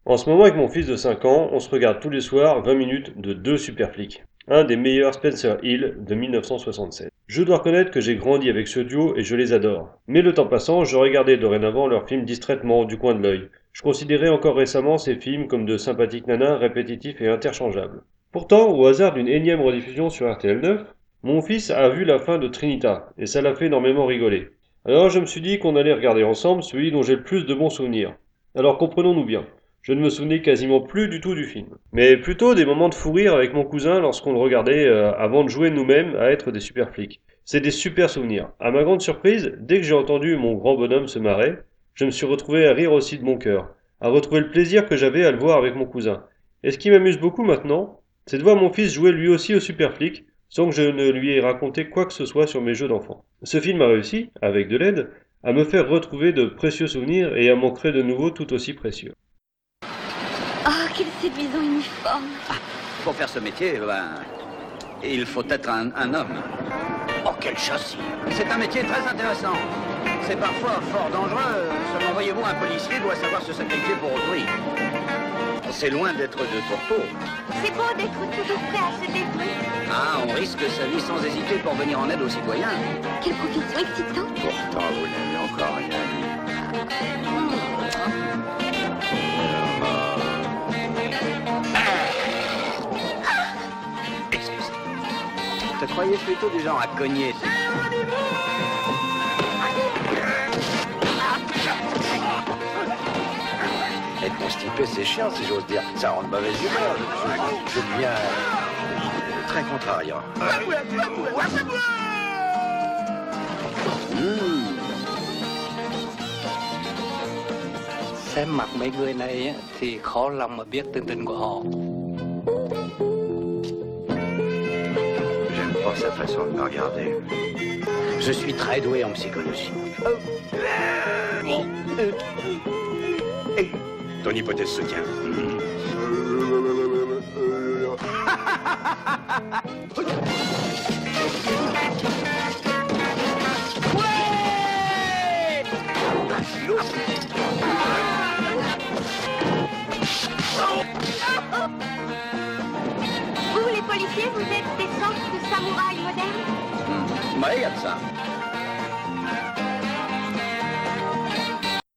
En ce moment, avec mon fils de 5 ans, on se regarde tous les soirs 20 minutes de deux super flics. Un des meilleurs Spencer Hill de 1967. Je dois reconnaître que j'ai grandi avec ce duo et je les adore. Mais le temps passant, je regardais dorénavant leurs films distraitement, du coin de l'œil. Je considérais encore récemment ces films comme de sympathiques nanas répétitifs et interchangeables. Pourtant, au hasard d'une énième rediffusion sur RTL9, mon fils a vu la fin de Trinita, et ça l'a fait énormément rigoler. Alors je me suis dit qu'on allait regarder ensemble celui dont j'ai le plus de bons souvenirs. Alors comprenons-nous bien. Je ne me souvenais quasiment plus du tout du film, mais plutôt des moments de fou rire avec mon cousin lorsqu'on le regardait avant de jouer nous-mêmes à être des super flics. C'est des super souvenirs. À ma grande surprise, dès que j'ai entendu mon grand bonhomme se marrer, je me suis retrouvé à rire aussi de mon cœur, à retrouver le plaisir que j'avais à le voir avec mon cousin. Et ce qui m'amuse beaucoup maintenant, c'est de voir mon fils jouer lui aussi au super flic, sans que je ne lui ai raconté quoi que ce soit sur mes jeux d'enfant. Ce film a réussi, avec de l'aide, à me faire retrouver de précieux souvenirs et à m'en créer de nouveaux tout aussi précieux. Oh, quel séduisant uniforme. Pour faire ce métier, il faut être un homme. Oh, quel châssis! C'est un métier très intéressant. C'est parfois fort dangereux. Seulement, voyez-vous, un policier doit savoir se sacrifier pour autrui. C'est loin d'être de tourteau. C'est beau d'être toujours prêt à se dévouer. Ah, on risque sa vie sans hésiter pour venir en aide aux citoyens. Quelle profession excitante. Pourtant, vous n'avez encore rien vu. Je croyais plutôt du genre à cogner. Être constipé, c'est chiant, si j'ose dire. Ça rend de mauvaise humeur. Je deviens très contrariant. Xem mặt mấy người này á, thì khó lòng mà biết tường trình của họ. J'aime pas sa façon de me regarder. Je suis très doué en psychologie. Ton hypothèse se tient. Vous, les policiers, vous êtes des sortes de samouraïs modernes. Ouais, regarde ça.